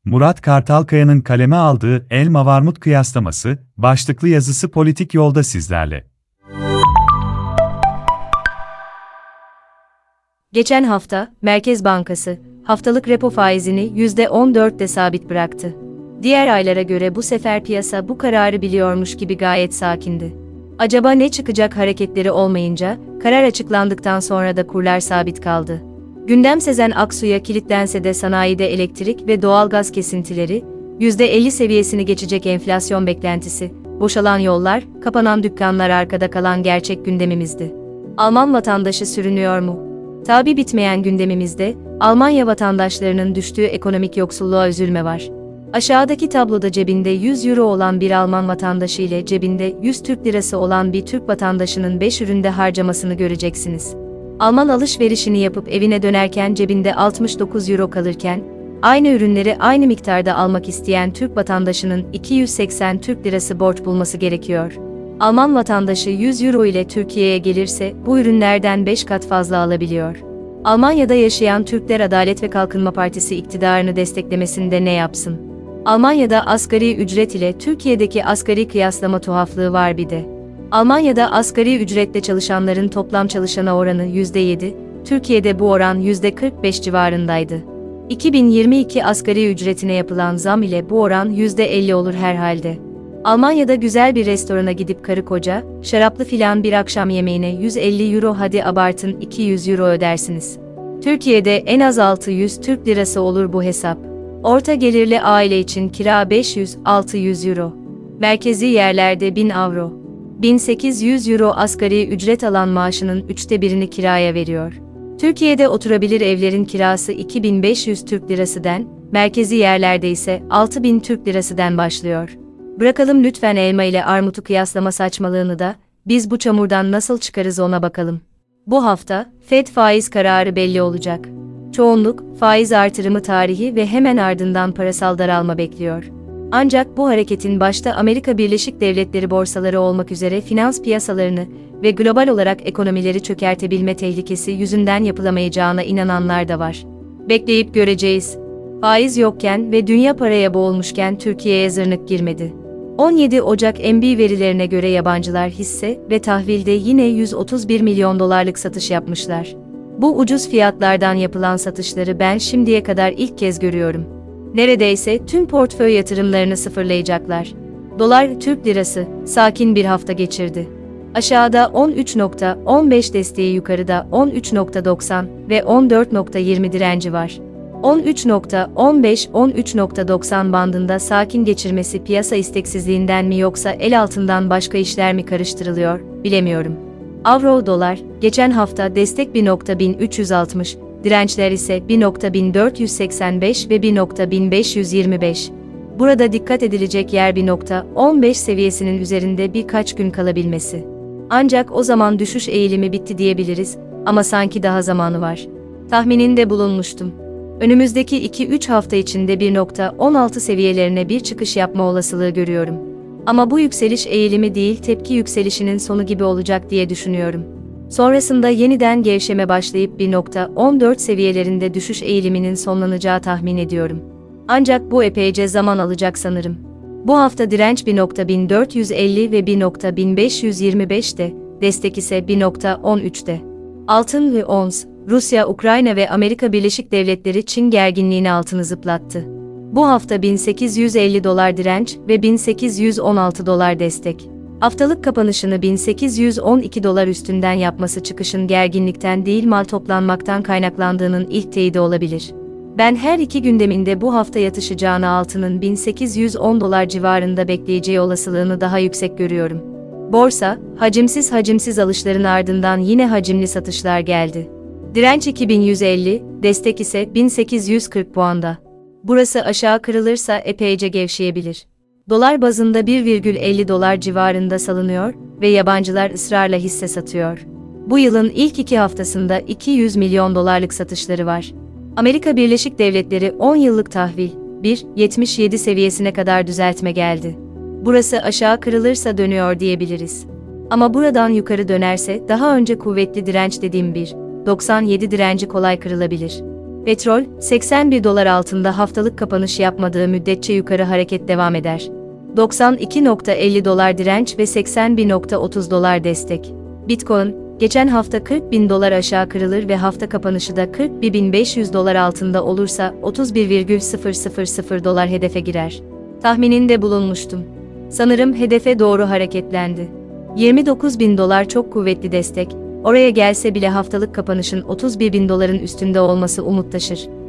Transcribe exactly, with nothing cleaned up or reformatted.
Murat Kartalkaya'nın kaleme aldığı Elmavarmut kıyaslaması, başlıklı yazısı politik yolda sizlerle. Geçen hafta, Merkez Bankası, haftalık repo faizini yüzde on dörtte sabit bıraktı. Diğer aylara göre bu sefer piyasa bu kararı biliyormuş gibi gayet sakindi. Acaba ne çıkacak hareketleri olmayınca, karar açıklandıktan sonra da kurlar sabit kaldı. Gündem Sezen Aksu'ya kilitlense de sanayide elektrik ve doğalgaz kesintileri, yüzde elli seviyesini geçecek enflasyon beklentisi, boşalan yollar, kapanan dükkanlar arkada kalan gerçek gündemimizdi. Alman vatandaşı sürünüyor mu? Tabi bitmeyen gündemimizde, Almanya vatandaşlarının düştüğü ekonomik yoksulluğa üzülme var. Aşağıdaki tabloda cebinde yüz euro olan bir Alman vatandaşı ile cebinde yüz Türk lirası olan bir Türk vatandaşının beş üründe harcamasını göreceksiniz. Alman alışverişini yapıp evine dönerken cebinde altmış dokuz euro kalırken, aynı ürünleri aynı miktarda almak isteyen Türk vatandaşının iki yüz seksen Türk lirası borç bulması gerekiyor. Alman vatandaşı yüz euro ile Türkiye'ye gelirse bu ürünlerden beş kat fazla alabiliyor. Almanya'da yaşayan Türkler Adalet ve Kalkınma Partisi iktidarını desteklemesinde ne yapsın? Almanya'da asgari ücret ile Türkiye'deki asgari kıyaslama tuhaflığı var bir de. Almanya'da asgari ücretle çalışanların toplam çalışana oranı yüzde yedi, Türkiye'de bu oran yüzde kırk beş civarındaydı. iki bin yirmi iki asgari ücretine yapılan zam ile bu oran yüzde elli olur herhalde. Almanya'da güzel bir restorana gidip karı koca, şaraplı filan bir akşam yemeğine yüz elli euro hadi abartın iki yüz euro ödersiniz. Türkiye'de en az altı yüz Türk lirası olur bu hesap. Orta gelirli aile için kira beş yüz altı yüz euro. Merkezi yerlerde bin avro. bin sekiz yüz euro asgari ücret alan maaşının üçte birini kiraya veriyor. Türkiye'de oturabilir evlerin kirası iki bin beş yüz Türk lirasıdan, merkezi yerlerde ise altı bin Türk lirasıdan başlıyor. Bırakalım lütfen elma ile armutu kıyaslama saçmalığını da, biz bu çamurdan nasıl çıkarız ona bakalım. Bu hafta, Fed faiz kararı belli olacak. Çoğunluk, faiz artırımı tarihi ve hemen ardından parasal daralma bekliyor. Ancak bu hareketin başta Amerika Birleşik Devletleri borsaları olmak üzere finans piyasalarını ve global olarak ekonomileri çökertebilme tehlikesi yüzünden yapılamayacağına inananlar da var. Bekleyip göreceğiz. Faiz yokken ve dünya paraya boğulmuşken Türkiye'ye zırnık girmedi. on yedi Ocak N B verilerine göre yabancılar hisse ve tahvilde yine yüz otuz bir milyon dolarlık satış yapmışlar. Bu ucuz fiyatlardan yapılan satışları ben şimdiye kadar ilk kez görüyorum. Neredeyse tüm portföy yatırımlarını sıfırlayacaklar. Dolar, Türk lirası, sakin bir hafta geçirdi. Aşağıda on üç nokta on beş desteği, yukarıda on üç nokta doksan ve on dört nokta yirmi direnci var. on üç nokta on beş on üç nokta doksan bandında sakin geçirmesi piyasa isteksizliğinden mi yoksa el altından başka işler mi karıştırılıyor, bilemiyorum. Avro dolar, geçen hafta destek bir nokta bin üç yüz altmış, dirençler ise bir nokta bin dört yüz seksen beş ve bir nokta bin beş yüz yirmi beş. Burada dikkat edilecek yer bir nokta on beş seviyesinin üzerinde birkaç gün kalabilmesi. Ancak o zaman düşüş eğilimi bitti diyebiliriz ama sanki daha zamanı var. Tahmininde bulunmuştum. Önümüzdeki iki üç hafta içinde bir nokta on altı seviyelerine bir çıkış yapma olasılığı görüyorum. Ama bu yükseliş eğilimi değil tepki yükselişinin sonu gibi olacak diye düşünüyorum. Sonrasında yeniden gevşeme başlayıp bir nokta on dört seviyelerinde düşüş eğiliminin sonlanacağı tahmin ediyorum. Ancak bu epeyce zaman alacak sanırım. Bu hafta direnç bir nokta bin dört yüz elli ve bir nokta bin beş yüz yirmi beşte, destek ise bir nokta on üçte. Altın ve ons, Rusya, Ukrayna ve Amerika Birleşik Devletleri Çin gerginliğini altını zıplattı. Bu hafta bin sekiz yüz elli dolar direnç ve bin sekiz yüz on altı dolar destek. Haftalık kapanışını bin sekiz yüz on iki dolar üstünden yapması çıkışın gerginlikten değil mal toplanmaktan kaynaklandığının ilk teyidi olabilir. Ben her iki gündeminde bu hafta yatışacağını altının bin sekiz yüz on dolar civarında bekleyeceği olasılığını daha yüksek görüyorum. Borsa, hacimsiz hacimsiz alışların ardından yine hacimli satışlar geldi. Direnç iki bin yüz elli, destek ise bin sekiz yüz kırk puanda. Burası aşağı kırılırsa epeyce gevşeyebilir. Dolar bazında bir virgül elli dolar civarında salınıyor ve yabancılar ısrarla hisse satıyor. Bu yılın ilk iki haftasında iki yüz milyon dolarlık satışları var. Amerika Birleşik Devletleri on yıllık tahvil, bir virgül yetmiş yedi seviyesine kadar düzeltme geldi. Burası aşağı kırılırsa dönüyor diyebiliriz. Ama buradan yukarı dönerse daha önce kuvvetli direnç dediğim bir virgül doksan yedi direnci kolay kırılabilir. Petrol, seksen bir dolar altında haftalık kapanış yapmadığı müddetçe yukarı hareket devam eder. doksan iki nokta elli dolar direnç ve seksen bir nokta otuz dolar destek. Bitcoin, geçen hafta kırk bin dolar aşağı kırılır ve hafta kapanışı da kırk bir bin beş yüz dolar altında olursa otuz bir virgül sıfır sıfır sıfır dolar hedefe girer. Tahmininde bulunmuştum. Sanırım hedefe doğru hareketlendi. yirmi dokuz bin dolar çok kuvvetli destek, oraya gelse bile haftalık kapanışın otuz bir bin doların üstünde olması umut taşır.